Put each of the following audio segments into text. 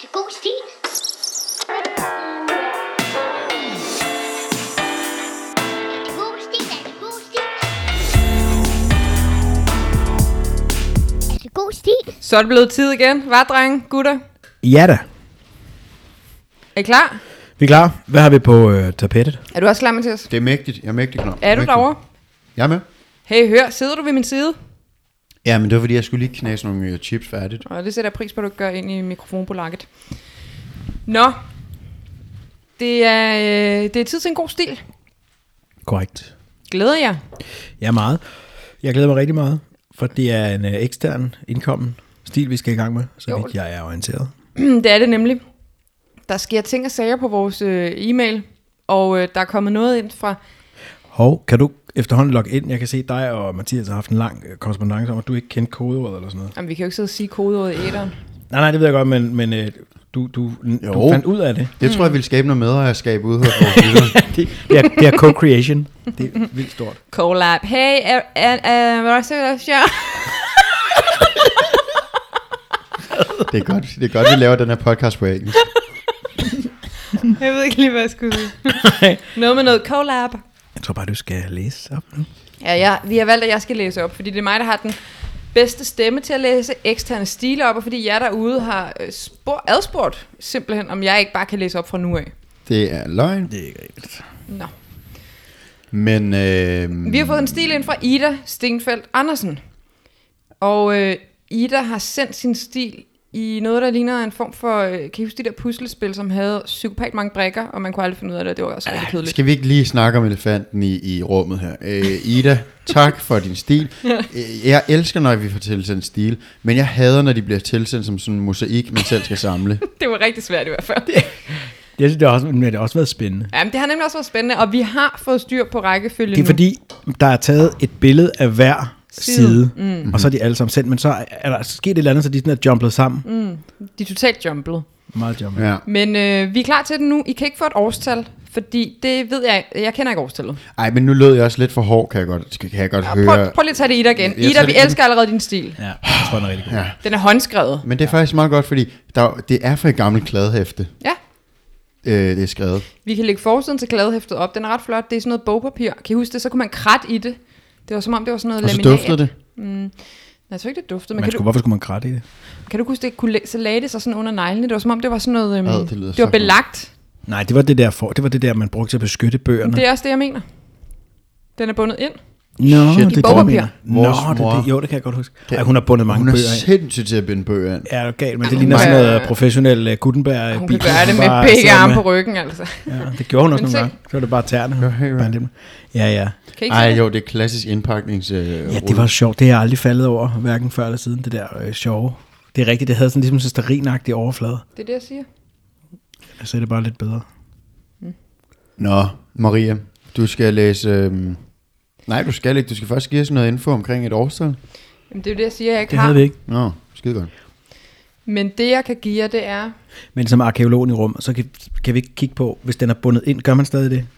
det god stil? Er det god stil? Er det god stil? Er det god stil? Så er det blevet tid igen. Hvad, drenge, gutter? Ja da. Er I klar? Vi er klar. Hvad har vi på tapetet? Er du også klar, Mathias? Det er mægtigt. Jeg er mægtig klar. Er du derovre? Jeg er med. Hey, hør. Sidder du ved min side? Ja, men det var fordi, jeg skulle lige knase nogle chips færdigt. Og det sætter jeg pris på, at du gør ind i mikrofonpålakket. Nå. Det er tid til en god stil. Korrekt. Glæder jer? Ja, meget. Jeg glæder mig rigtig meget, for det er en ekstern indkommen stil, vi skal i gang med, så vidt jeg er orienteret. Det er det nemlig. Der sker ting og sager på vores e-mail, og der er kommet noget ind fra... Hov, kan du efterhånden logge ind? Jeg kan se, dig og Mathias har haft en lang korrespondance om, at du ikke kendte kodeordet eller sådan noget. Jamen, vi kan jo ikke sidde og sige kodeordet i æteren. Nej, det ved jeg godt, men du fandt ud af det. Det tror jeg vil skabe noget medejerskab ude hos vores lyttere. det er co-creation. Det er vildt stort. Collab. Hey, hvad så Det er godt, vi laver den her podcast på engelsk. Jeg ved ikke lige, hvad jeg skulle sige. Noget med noget collab. Jeg tror bare, du skal læse op nu. Ja, vi har valgt, at jeg skal læse op, fordi det er mig, der har den bedste stemme til at læse eksterne stile op, og fordi jeg derude har adspurgt simpelthen, om jeg ikke bare kan læse op fra nu af. Det er løgn. Det er ikke rigtigt. Nå. Men Vi har fået en stil ind fra Ida Stenfeldt Andersen. Og Ida har sendt sin stil i noget, der ligner en form for... kan I huske de der puslespil, som havde psykopat mange brikker, og man kunne aldrig finde ud af det, og det var også rigtig kedeligt. skal vi ikke lige snakke om elefanten i rummet her? Ida, tak for din stil. Jeg elsker, når vi får tilsendt stil, men jeg hader, når de bliver tilsendt som sådan en mosaik, man selv skal samle. Det var rigtig svært i hvert fald. Jeg synes, det har også været spændende. Jamen, det har nemlig også været spændende, og vi har fået styr på rækkefølgen. Det er fordi, der er taget et billede af hver side, og så er de alle sammen sendt, men så er der sket et eller andet, så de sådan er jumplet sammen. De er totalt jumplet. Meget jumplet. Ja. Men vi er klar til det nu. I kan ikke få et årstal, fordi det ved jeg kender ikke årstallet. Ej, men nu lød jeg også lidt for hård, kan jeg godt høre. Prøv lige at tage det Ida igen. Jeg Ida, vi det elsker allerede din stil. Ja, jeg tror, den er rigtig god. Ja. Den er håndskrevet. Men det er faktisk meget godt, fordi det er for et gammelt kladehæfte. Ja. Det er skrevet. Vi kan lægge forsiden til kladehæftet op. Den er ret flot. Det er sådan noget bogpapir. Kan I huske det? Så kunne man kratte i det. Det var som om, det var sådan noget Og så laminat. duftede det. Jeg tror ikke, det duftede. Men Hvorfor skulle man kratte i det? kan du huske det? Så lagde det sig sådan under neglene. Det var som om, det var sådan noget... det det var belagt. Nej, det var det der, man brugte til at beskytte bøgerne. Det er også det, jeg mener. Den er bundet ind. Nå, Shit. det I er bogpapir. Jo, det kan jeg godt huske. Ej, hun har bundet mange Hun er bøger ind. sindssygt til at binde bøger ind. Ja, det er galt, men det ligner sådan noget professionel Gutenberg. Hun kan gøre det med begge arme på ryggen, altså. Ja, det gjorde hun også Men nogle gange. Så var det bare tæerne. Ja. Kan I ikke Ej se jo, det er klassisk indpaknings... Ja, det var sjovt. Det har jeg aldrig faldet over, hverken før eller siden, det der sjove. Det er rigtigt, det havde sådan ligesom så stearinagtig overflade. Det er det, jeg siger. Så er det bare lidt bedre. Nå, Maria, du skal læse... Nej, du skal ikke. Du skal først give os noget info omkring et årstal. Jamen, det er jo det, jeg siger, jeg ikke Det har. havde vi ikke. Nå, skide godt. Men det, jeg kan give jer, det er... Men som arkæologen i rum, så kan vi ikke kigge på, hvis den er bundet ind. Gør man stadig det?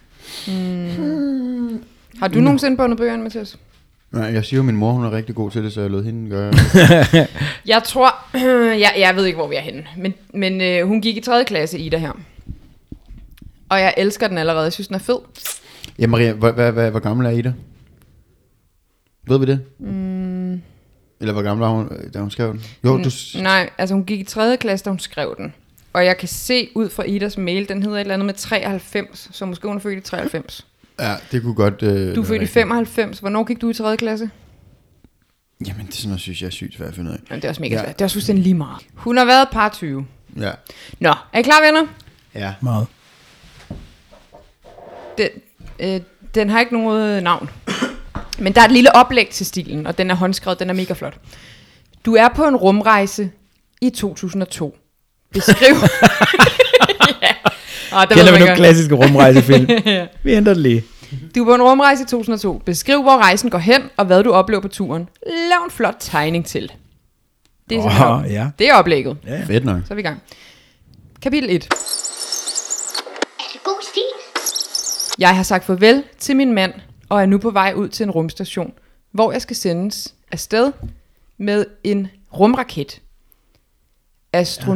Har du nogensinde bundet bøgerne, Mathias? Nej, jeg siger jo, min mor hun er rigtig god til det, så jeg lod hende gøre. Jeg tror... jeg ved ikke, hvor vi er henne. Men hun gik i 3. klasse, Ida her. Og jeg elsker den allerede. Jeg synes, den er fed. Ja, Maria, hvor gammel er Ida? Ved vi det? Eller hvor gammel var hun, da hun skrev den? Jo, Nej, altså hun gik i 3. klasse, da hun skrev den. Og jeg kan se ud fra Idas mail, den hedder et eller andet med 93, så måske hun er født i 93. Ja, det kunne godt... Du er født i 95. Hvornår gik du i 3. klasse? Jamen, det er sådan noget, synes jeg er sygt svært at finde ud af. Jamen, det er også mega svært. Det er også fuldstændig lige meget. Hun har været par 20. Ja. Nå, er I klar, venner? Ja. Meget. Den har ikke noget navn. Men der er et lille oplæg til stilen, og den er håndskrevet, den er mega flot. Du er på en rumrejse i 2002. Beskriv... Kender vi nogle klassiske rumrejsefilm? Ja. Vi ændrer det lige. Du er på en rumrejse i 2002. Beskriv, hvor rejsen går hen, og hvad du oplever på turen. Lav en flot tegning til. Det er, Ja. det er oplægget. Ja. Fedt nok. Så er vi i gang. Kapitel 1. Er det god stil? Jeg har sagt farvel til min mand, og er nu på vej ud til en rumstation, hvor jeg skal sendes afsted med en rumraket.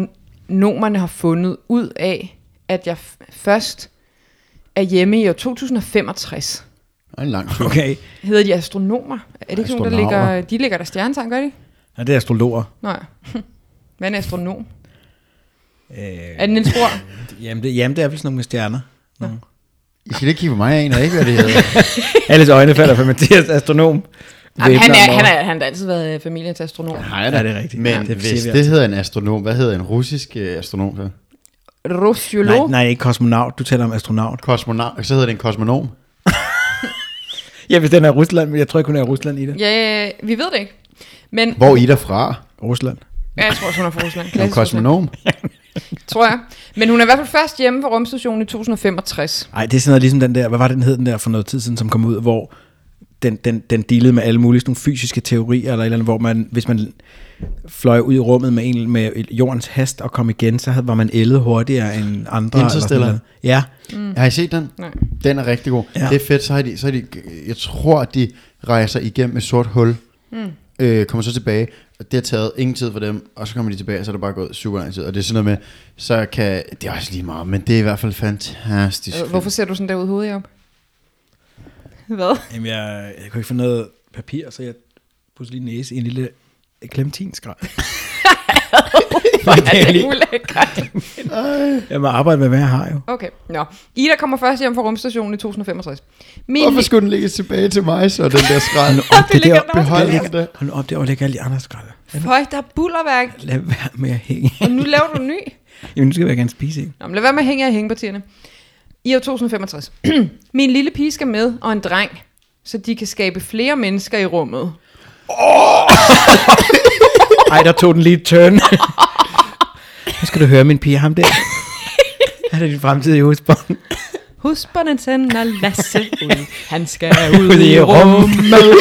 astronomerne har fundet ud af, at jeg først er hjemme i år 2065. Det er en lang tur. Okay. Hedder de astronomer? Er det ikke nogen, der ligger... De ligger der stjernetegn, gør de? Ja, det er astrologer. Nej. Hvad er en astronom? Er det Niels Bohr? Jamen, det er vel sådan nogle med stjerner. No. I skal ikke kigge på mig, jeg aner ikke, hvad det hedder. Alles øjne falder for Mathias astronom. Jamen, han har altid været familiens astronom. Nej, det er rigtigt. Men Ja, det hvis siger vi det hedder en astronom, hvad hedder en russisk astronom så? Rosiolog? Nej, ikke kosmonaut. Du taler om astronaut. Kosmonaut, så hedder det en kosmonom. Ja, hvis den er Rusland, men jeg tror ikke, hun er Rusland i det. Ja, vi ved det ikke. Men, Hvor er I der fra? Rusland. ja, jeg tror også, hun er fra Rusland. En Klassisk kosmonom? tror jeg. Men hun er i hvert fald først hjemme på rumstationen i 2065. Nej, det er sådan noget ligesom den der, hvad var det, den hed den der for noget tid siden, som kom ud, hvor den dealede med alle mulige sådan nogle fysiske teorier, eller et eller andet, hvor man, hvis man fløj ud i rummet med jordens hast og kom igen, så var man ældet hurtigere end andre. Interstellar. Eller ja. Har I set den? Nej. Den er rigtig god. Ja. Det er fedt, så har de, jeg tror, at de rejser igennem et sort hul, kommer så tilbage, og det har taget ingen tid for dem, og så kommer de tilbage, og så er der bare gået super lang tid, og det er sådan noget med, så kan, det er også lige meget, men det er i hvert fald fantastisk. Hvorfor ser du sådan der ud hovedet op? Hvad? Jamen, jeg kunne ikke få noget papir, så jeg pudsede lige næse i en lille clementinskrald. Hvor er det ulækkert. Jeg må arbejde med, hvad jeg har jo. Okay, nå. Ida kommer først hjem fra rumstationen i 2065. Hvorfor skulle den lægges tilbage til mig, så den der skrald? Det ligger der Behold også. den der. Hold nu op, det overlægger alle de andre skralde. Føj, der er bullerværk. Lad være med at hænge. Og nu laver du en ny. Jamen, nu skal jeg gerne spise en. Nå, men lad være med at hænge af hængepartierne. I år 2065. Min lille pige skal med, og en dreng, så de kan skabe flere mennesker i rummet. Ej, der tog den lige et turn. Nu skal du høre, min pige, ham der. Han er din fremtidige husbånd. Husbånden sender Lasse ud. Han skal ud Ude i i rummet.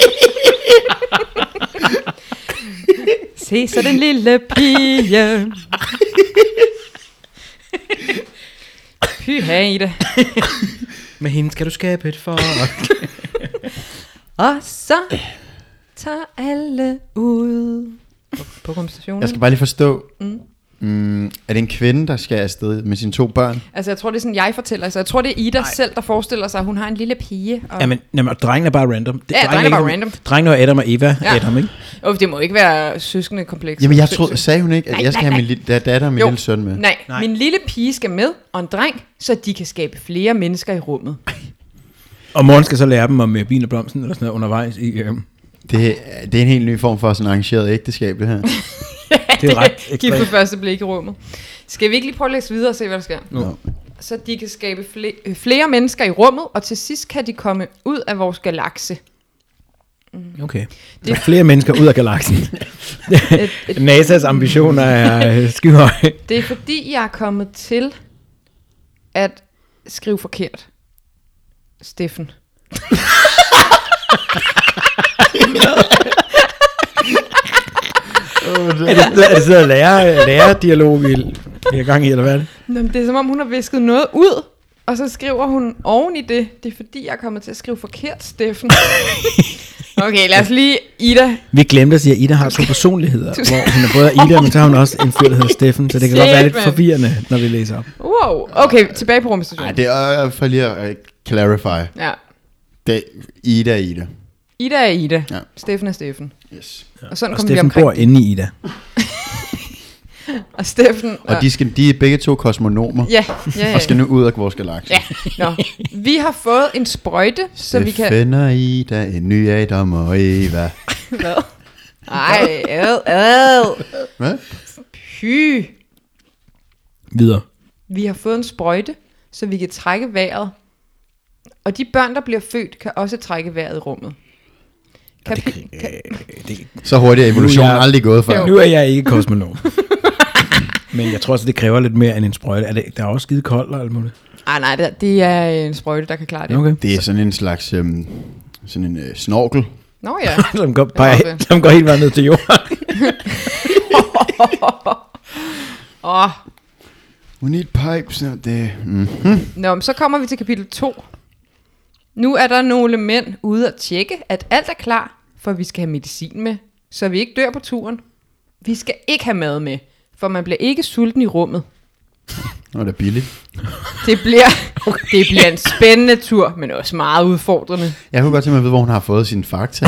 Se så den lille pige. Pyha i det. Med hende skal du skabe et folk. Og så tager alle ud på rumstationen. Jeg skal bare lige forstå, er det en kvinde, der skal afsted med sine 2 børn? Altså jeg tror det er sådan jeg fortæller. Så jeg tror det er Ida selv der forestiller sig at hun har en lille pige. Og... Jamen, og drengen er bare random. Drengen er bare random. Drengen er Adam og Eva. Ja. Adam, ikke? Det må ikke være søskende kompleks. Jamen jeg troede, sagde hun ikke, at jeg skal have min lille datter og min lille søn med? Nej, min lille pige skal med, og en dreng, så de kan skabe flere mennesker i rummet. Og morgen skal så lære dem om Bin og Blomsten eller sådan noget undervejs i... Det er en helt ny form for sådan arrangeret ægteskab, det her. Det er ret Giv på ekstremt. første blik i rummet. Skal vi ikke lige prøve at læse videre og se, hvad der sker? No. Så de kan skabe flere mennesker i rummet, og til sidst kan de komme ud af vores galakse. Okay. Så flere mennesker ud af galaksen. NASA's ambitioner er skyhøje. Det er fordi, jeg er kommet til at skrive forkert. Steffen. Er det sådan en lærerdialog, vi er gang i, eller hvad er det? Nå, men det er som om, hun har visket noget ud, og så skriver hun oven i det. Det er fordi, jeg er kommet til at skrive forkert, Steffen. Okay, lad os lige Ida. Vi glemte at sige, at Ida har 2 personligheder, hvor hun er både Ida, men så har hun også en fyr, der hedder Steffen, så det kan godt være lidt forvirrende, når vi læser op. Wow, okay, tilbage på rumstationen. Nej, det er for lige at clarify. Ja. Det, Ida er Ida. Ida er Ida, Ja. Steffen er Steffen. Yes. Og sådan Og kommer vi Steffen omkring bor det. inde i Ida. Og Steffen... Og de er begge 2 kosmonomer, Ja. og skal nu ud af vores galakse. Ja, nå. Vi har fået en sprøjte, så vi kan... Steffen og Ida, en ny Adam og Eva. Hvad? Ej, ad. Hvad? Py. Videre. Vi har fået en sprøjte, så vi kan trække vejret. Og de børn, der bliver født, kan også trække vejret i rummet. Så hurtigt er evolutionen Nu er jeg- aldrig gået før. Nu er jeg ikke kosmonom. Men jeg tror også, det kræver lidt mere end en sprøjte. Der er også skide koldt og alt muligt. Nej, det er en sprøjte, der kan klare det. Okay. Det er sådan en slags snorkel. Nå ja. som går helt vejen ned til jorden. We need pipes. No, det. Nå, men så kommer vi til kapitel 2. Nu er der nogle mænd ude at tjekke, at alt er klar, for vi skal have medicin med, så vi ikke dør på turen. Vi skal ikke have mad med, for man bliver ikke sulten i rummet. Nå, det er billigt. Det bliver en spændende tur, men også meget udfordrende. Jeg kunne godt tænke mig at vide, hvor hun har fået sine fakta.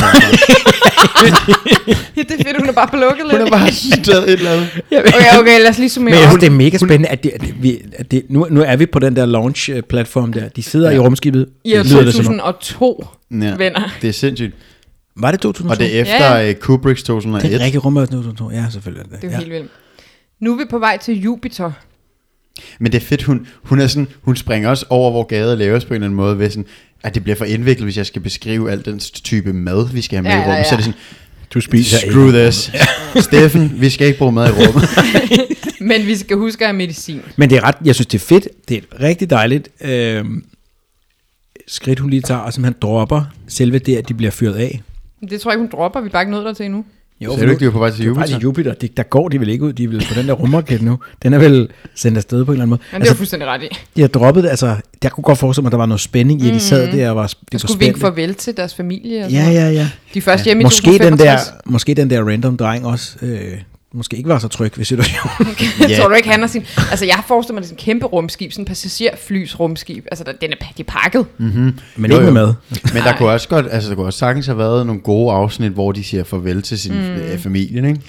Ja, det er fedt, hun er bare plukket lidt. Hun har bare stået et eller andet. Okay, lad os lige summere Men jeg op. synes, det er mega spændende, nu er vi på den der launch-platform der. De sidder i rumskibet. I år lyder det som om. 2002, venner. Det er sindssygt. Var det 2002? Og det er efter Kubricks Det er 2001. rigtig rummet 2002. Ja, selvfølgelig. Det er jo helt vildt. Nu er vi på vej til Jupiter. Men det er fedt, hun springer også over, hvor gade laves på en eller anden måde, ved sådan, at det bliver for indviklet, hvis jeg skal beskrive al den type mad, vi skal have med i rummet. Så er det sådan, Du spiser screw this. Steffen, vi skal ikke bruge mad i rummet. Men vi skal huske at have medicin. Men det er jeg synes det er fedt. Det er et rigtig dejligt skridt, hun lige tager, og simpelthen dropper selve det, at de bliver fyret af. Det tror jeg ikke, hun dropper. Vi er bare ikke nået der til endnu. Jo, Så er det ikke, de er på vej til Jupiter? Jupiter? Jupiter. Der går de vel ikke ud. De er vel på den der rumraket nu. Den er vel sendt afsted på en eller anden måde. Men det er du fuldstændig ret i. De har droppet, altså, jeg kunne godt forestille mig, at der var noget spænding i, at de sad der og var De skulle vinke farvel til deres familie. Og Ja. De første hjemme i Måske 2065. måske den der random dreng også, måske ikke var så tryg ved situationen. Yeah. Tror du ikke, han har sin... Altså, jeg forestiller mig, det er sådan en kæmpe rumskib, sådan en passagerflys rumskib. Altså, de er pakket. Men Jo, ikke jo. med mad. Men der kunne også godt, altså der kunne også sagtens have været nogle gode afsnit, hvor de siger farvel til sin familie, ikke?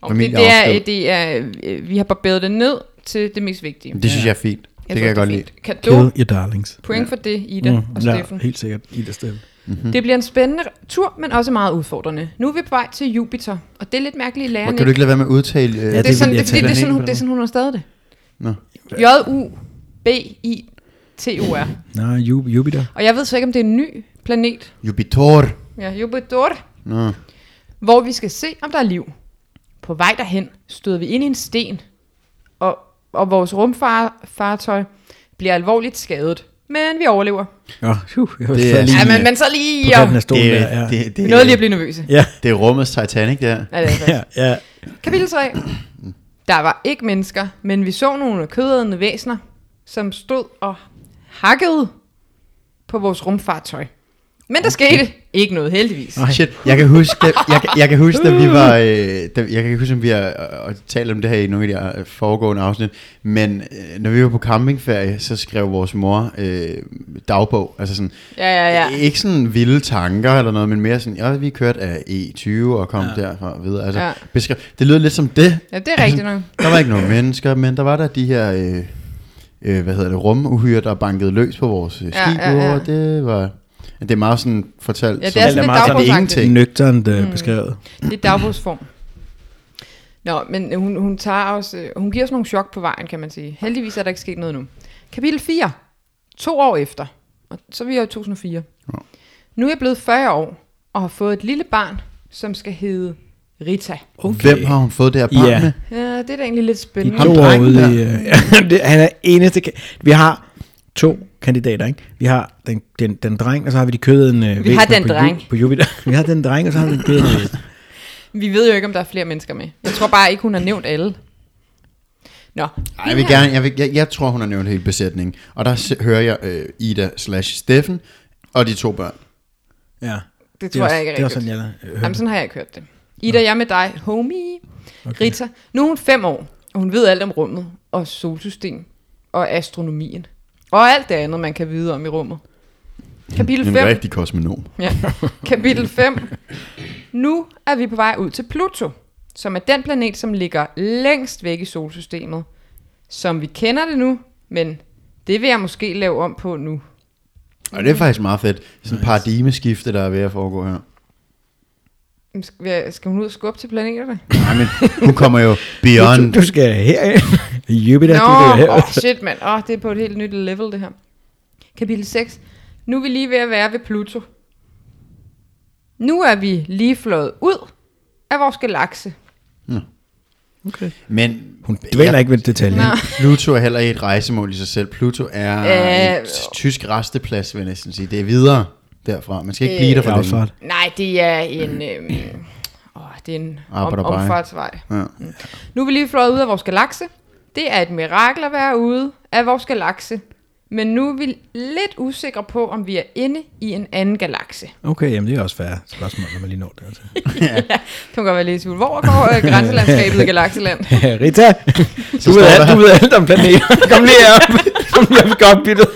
Vi har barberet det ned til det mest vigtige. Det synes jeg er fint. Det kan jeg godt lide. Kado, Kill your darlings. point for det, Ida og Steffen. helt sikkert. Ida Steffen. Det bliver en spændende tur, men også meget udfordrende. Nu er vi på vej til Jupiter, og det er lidt mærkeligt lære. Kan du ikke lade være med at udtale? Ja, Det er det sådan, vil jeg det, fordi tage det er sådan, planen det er sådan, hun har stadig det. Nå. J-U-B-I-T-O-R. Nej, Jupiter. Og jeg ved så ikke, om det er en ny planet. Jupiter. Ja, Jupiter. Nå. Hvor vi skal se, om der er liv. På vej derhen støder vi ind i en sten, og vores rumfartøj bliver alvorligt skadet. Men vi overlever. Ja, Det er lige Ja, men så lige... på kanten af stolen der. Ja. Vi nåede lige at blive nervøse. Ja. Det er rummets Titanic, der. Ja, det er faktisk. Ja. Kapitel 3. Der var ikke mennesker, men vi så nogle kødædende væsener, som stod og hakkede på vores rumfartøj. Men der skete ikke noget, heldigvis. Shit, jeg kan huske, jeg kan huske, at vi var, jeg kan huske, at vi har talt om det her i nogle af de foregående afsnit, men når vi var på campingferie, så skrev vores mor dagbog, altså sådan, Ja. ikke sådan vilde tanker eller noget, men mere sådan, ja, vi kørte af E20 og kom derfra videre, altså, det lyder lidt som det. Ja, det er rigtigt nok. Der var ikke nogen mennesker, men der var der de her, rumuhyre, der bankede løs på vores skib, og det er meget sådan fortalt. Ja, det er sådan lidt meget dagbogsagtigt. Nøgternt beskrevet. Det er dagbogsform. Nå, men hun tager os, hun giver os nogle chok på vejen, kan man sige. Heldigvis er der ikke sket noget nu. Kapitel 4. 2 år efter. Og så er vi jo i 2004. Ja. Nu er jeg blevet 40 år, og har fået et lille barn, som skal hedde Rita. Okay. Hvem har hun fået det her barn med? Ja, det er da egentlig lidt spændende. De 2 år ude i... han er eneste... Vi har 2 kandidater, ikke? Vi har den dreng, og så har vi de kødende Vi har den dreng. På Jupiter. Vi har den dreng, og så har vi den kødende væsen. Vi ved jo ikke, om der er flere mennesker med. Jeg tror bare ikke, hun har nævnt alle. Nå. Jeg tror, hun har nævnt hele besætningen. Og der hører jeg Ida/Steffen og de 2 børn. Ja. Det tror jeg ikke er rigtigt. rigtigt. Det var sådan, jeg Jamen, sådan har jeg ikke hørt det. Ida, jeg er med dig, homie. Okay. Rita. Nu er hun 5 år, og hun ved alt om rummet, og solsystem, og astronomien. Og alt det andet, man kan vide om i rummet. Kapitel 5. En rigtig kosmonom. Ja. Kapitel 5. Nu er vi på vej ud til Pluto, som er den planet, som ligger længst væk i solsystemet. Som vi kender det nu, men det vil jeg måske lave om på nu. Og det er faktisk meget fedt. Sådan et paradigmeskifte, der er ved at foregå her. Skal hun ud og skubbe til planeterne? Nej, men hun kommer jo beyond. Du skal her. Jupiter, Nå, du skal her. shit mand. Det er på et helt nyt level det her. Kapitel 6. Nu er vi lige ved at være ved Pluto. Nu er vi lige flået ud af vores galakse. Okay. Men Hun dvæler ikke ved detaljen. Nå. Pluto er heller ikke et rejsemål i sig selv. Pluto er et tysk resteplads, vil jeg næsten sige. Det er videre derfra. Man skal ikke blive der for længe. Dagsfart. Nej, det er en... det er en omfartsvej. Ja. Nu er vi lige flået ud af vores galakse. Det er et mirakel at være ude af vores galakse. Men nu er vi lidt usikre på, om vi er inde i en anden galakse. Okay, jamen det er også fair spørgsmål, når man lige når det. Altså. Ja, det må godt være lidt i tvivl. Hvor går grænselandskabet i Galakseland? Rita, du ved alt om planeter. Kom lige op. Kom lige op i cockpittet.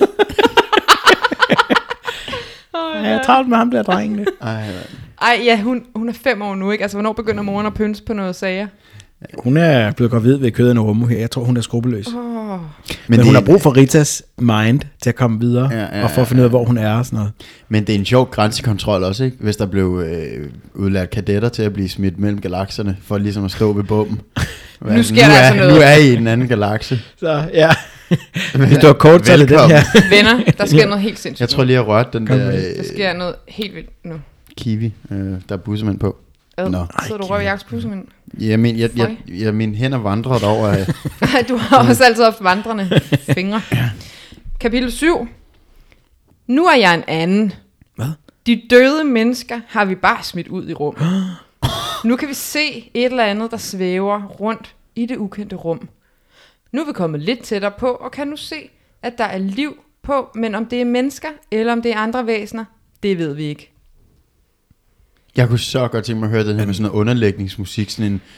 Jeg er travlt med ham der drengene. Ej, ja, hun er 5 år nu, ikke? Altså, hvornår begynder moren at pynse på noget sager? Hun er blevet gravid ved kødet af rummet her. Jeg tror, hun er skrupelløs. Men det, hun har brug for Ritas mind til at komme videre, og for at finde ud af, hvor hun er og sådan noget. Men det er en sjov grænsekontrol også, ikke? Hvis der blev udlært kadetter til at blive smidt mellem galakserne, for ligesom at stå ved bomben. Nu sker der altså noget. Nu er I i en anden galakse. Så ja, hvis du har korttallet den her. Venner, der sker noget helt sindssygt. Jeg tror lige, jeg rørte den der der sker noget helt vildt nu. kiwi, der er bussemænd på. Nå. Sidder du og røver Jakobs bussemænd? Ja, mine hænder vandrer derover. Nej, du har også altid haft vandrende fingre. Kapitel 7. Nu er jeg en anden. Hvad? De døde mennesker har vi bare smidt ud i rummet. Nu kan vi se et eller andet, der svæver rundt i det ukendte rum. Nu er vi kommet lidt tættere på, og kan nu se, at der er liv på, men om det er mennesker, eller om det er andre væsener, det ved vi ikke. Jeg kunne så godt tænke mig at høre den her med sådan noget underlægningsmusik, sådan en,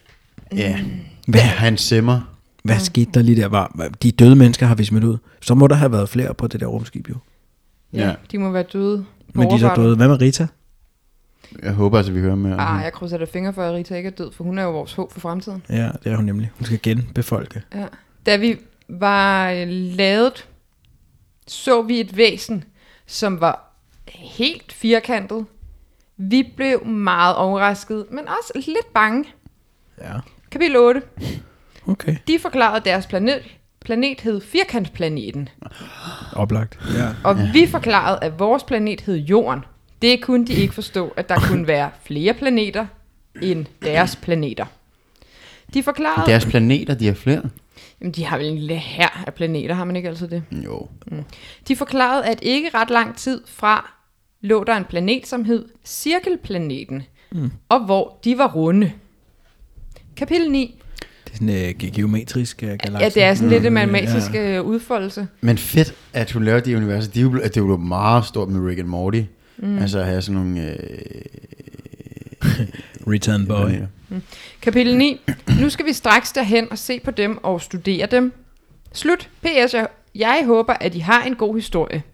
Hans Zimmer. Hvad skete der lige der? De døde mennesker har vi smidt ud. Så må der have været flere på det der rumskib jo. Ja, de må være døde. Men de er så døde. Hvad med Rita? Jeg håber altså, vi hører mere. Jeg krydser da fingre for, at Rita ikke er død, for hun er jo vores håb for fremtiden. Ja, det er hun nemlig. Hun skal genbefolke. Ja. Da vi var lavet, så vi et væsen, som var helt firkantet. Vi blev meget overrasket, men også lidt bange. Ja. Kapitel 8. Okay. De forklarede, at deres planet hed Firkantplaneten. Oplagt. Ja. Og vi forklarede, at vores planet hed Jorden. Det kunne de ikke forstå, at der kunne være flere planeter end deres planeter. De forklarede... Deres planeter, de er flere? Jamen, de har vel en lille hær af planeter, har man ikke altid det? Jo. De forklarede, at ikke ret lang tid fra lå der en planet, som hed Cirkelplaneten, og hvor de var runde. Kapitel 9. Det er sådan en geometrisk galakse. Ja, det er sådan lidt en matematisk udfoldelse. Men fedt, at hun laver de universer. Det er jo meget stort med Rick and Morty. Altså at have sådan nogle... Return boy. Kapitel 9. Nu skal vi straks derhen og se på dem og studere dem. Slut. P.S. Jeg håber, at I har en god historie.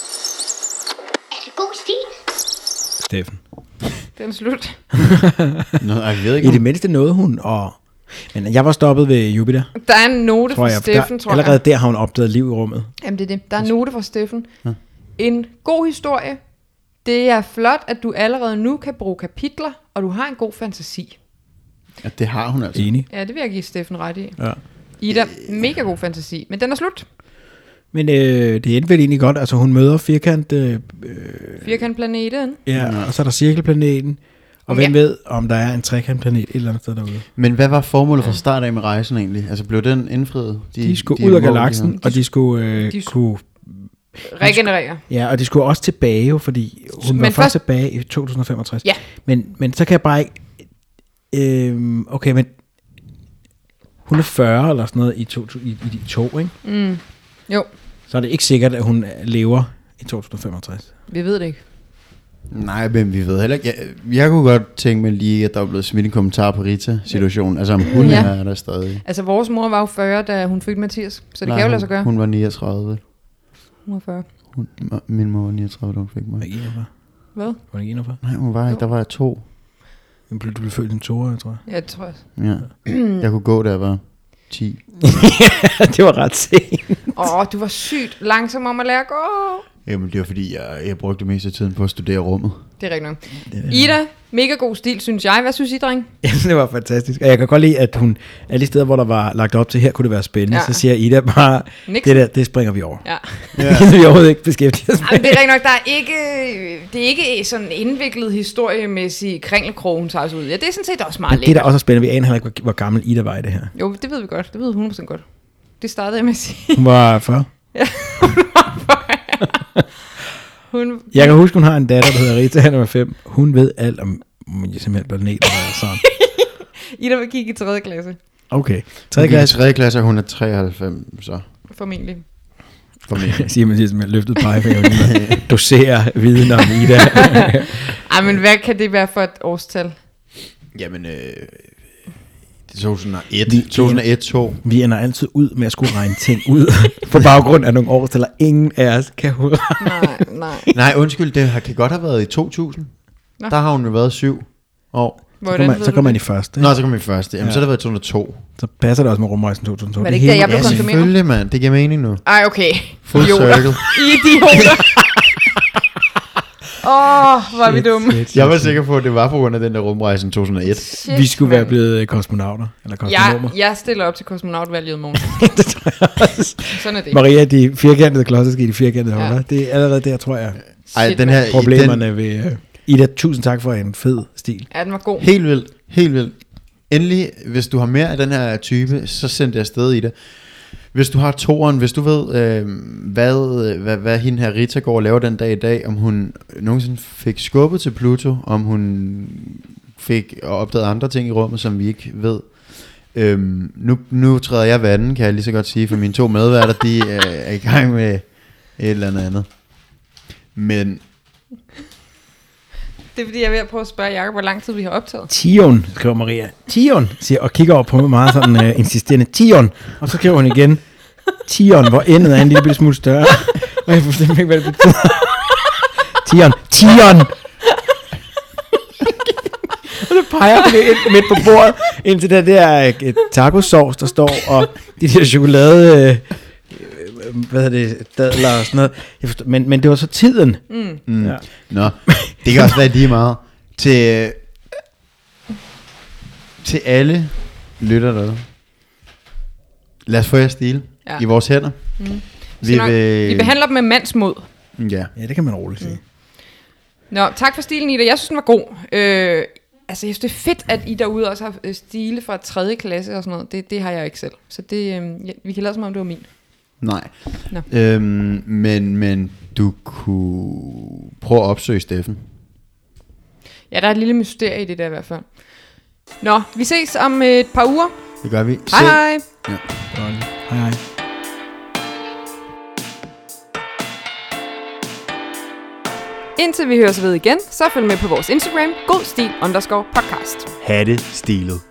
Er det god stil? Steffen. Den er slut. Jeg ved ikke, I det mindste nåede hun, men jeg var stoppet ved Jupiter. Der er en note fra Steffen, tror jeg. Allerede der har hun opdaget liv i rummet. Jamen det er det. Der er en note fra Steffen. En god historie. Det er flot, at du allerede nu kan bruge kapitler, og du har en god fantasi. Ja, det har hun altså. Enig. Ja, det vil jeg give Steffen ret i. Ja. Ida, mega god fantasi, men den er slut. Men det endte vel egentlig godt. Altså hun møder Firkantplaneten. Ja, og så er der cirkelplaneten. Og hvem ved, om der er en trekantplanet et eller andet sted derude. Men hvad var formålet fra start af med rejsen egentlig? Altså blev den indfriet? De skulle ud af galaksen, og de skulle kunne... Regenerere. Ja, og de skulle også tilbage jo, fordi hun var først tilbage i 2065. Ja. Men så kan jeg bare ikke... okay, men... Hun er 40 eller sådan noget i de to, ikke? Jo. Så er det ikke sikkert, at hun lever i 2065. Vi ved det ikke. Nej, men vi ved heller ikke. Jeg kunne godt tænke mig lige, at der var blevet smidt en kommentar på Rita-situationen. Altså om hun er der stadig. Altså vores mor var jo 40, da hun fik Mathias. Så det kan jo lade sig gøre. Hun var 39. Hun var 40. Min mor var 39, da hun fik mig. Var 41? Hvad? Var det ikke 41? Nej, hun var ikke. Der var jeg 2. Du blev født i en 2'er, jeg tror. Ja, det tror jeg. Ja. Jeg kunne gå, da jeg var 10. Det var ret sent. Du var sygt langsom om at lære at gå. Jamen, det var fordi, jeg brugte mest af tiden på at studere rummet. Det er rigtigt nok. Ida, mega god stil, synes jeg. Hvad synes I, dreng? Jamen, det var fantastisk. Og jeg kan godt lide, at hun alle de steder, hvor der var lagt op til, her kunne det være spændende, så siger Ida bare, det springer vi over. Ja. Vi overhovedet ikke beskæftiget os med. Det er rigtigt nok, det er ikke sådan indviklet historiemæssig kringelkrog, hun tager os ud. Ja, det er sådan set også meget lækkert. Det der også er spændende, vi aner heller ikke, hvor gammel Ida var i det her. Jo, det ved vi godt. Det ved 100% godt. Det startede jeg med at sige. Hun var 40. Ja, hun var 40. Jeg kan huske, hun har en datter, der hedder Rita, han er 5. Hun ved alt om simpelthen planeter og sådan. Ida vil kigge i 3. klasse. Okay. 3. klasse, hun er 93, så. Formentlig. Siger man siger, som jeg løftede pegefinger. Doserer viden om Ida. Ej, men hvad kan det være for et årstal? Jamen, det er 2001, 2001-2. Vi ender altid ud med at skulle regne ting ud på baggrund af nogle årstal, ingen af os kan huske. Nej. Nej, undskyld, det kan godt have været i 2000. Nå. Der har hun jo været 7 år. Så kommer man i første. Nå, så kommer vi først. Jamen, så har det været 2002. Så passer det også med rumrejsen 2002. Var det ikke der, jeg blev konfirmeret? Selvfølgelig, mand. Det giver mening nu. Ej, okay. Full circle. Idioter. Hvor er vi dumme. Jeg var sikker på, at det var på grund af den der rumrejsen 2001. Shit, Vi skulle være mand. blevet kosmonauter. Eller kosmonomer. Jeg stiller op til kosmonautvalget i morgen. Det tror jeg også. Sådan er det. Maria, de firkantede klodser skal i de firkantede huller. Det er allerede der, tror jeg. Ej, Shit, den mand. her Problemerne ved... Ida, tusind tak for en fed stil. Ja, den var god. Helt vildt. Endelig, hvis du har mere af den her type, så send det afsted i det. Hvis du har toeren, hvis du ved, hvad hende her Rita går og laver den dag i dag, om hun nogensinde fik skubbet til Pluto, om hun fik opdaget andre ting i rummet, som vi ikke ved. Nu træder jeg vandet, kan jeg lige så godt sige, for mine 2 medværter, de er i gang med et eller andet. Men Det er fordi, jeg er ved at prøve at spørge Jacob, hvor lang tid vi har optaget. Tion, skriver Maria. Tion, siger, og kigger over på mig meget sådan insisterende. Tion, og så skriver hun igen. Tion, hvor endet er en lille smule større. Og jeg forstår ikke, hvad det betyder. Tion. Og så peger hun ind midt på bordet, ind til den der tacosauce, der står, og de der chokolade... hvad hedder det, dadler og sådan noget. Jeg forstår, men det var så tiden. Ja. Nå, det kan også være lige meget. Til alle lytter derude. Lad os få jer stil i vores hænder. Vi behandler dem med mandsmod. Ja. Ja, det kan man roligt sige. Nå, tak for stilen, Ida. Jeg synes, den var god. Altså, jeg synes, det er fedt, at I derude også har stile fra 3. klasse og sådan noget. Det har jeg ikke selv. Så det, vi kan lade som om, det var min. Nej. Nå. Men du kunne prøve at opsøge Steffen. Ja, der er et lille mysterie i det der i hvert fald. Nå, vi ses om et par uger. Det gør vi. Hej. Ja. Hej. Indtil vi høres ved igen, så følg med på vores Instagram, godstil_podcast. Ha' det stilet.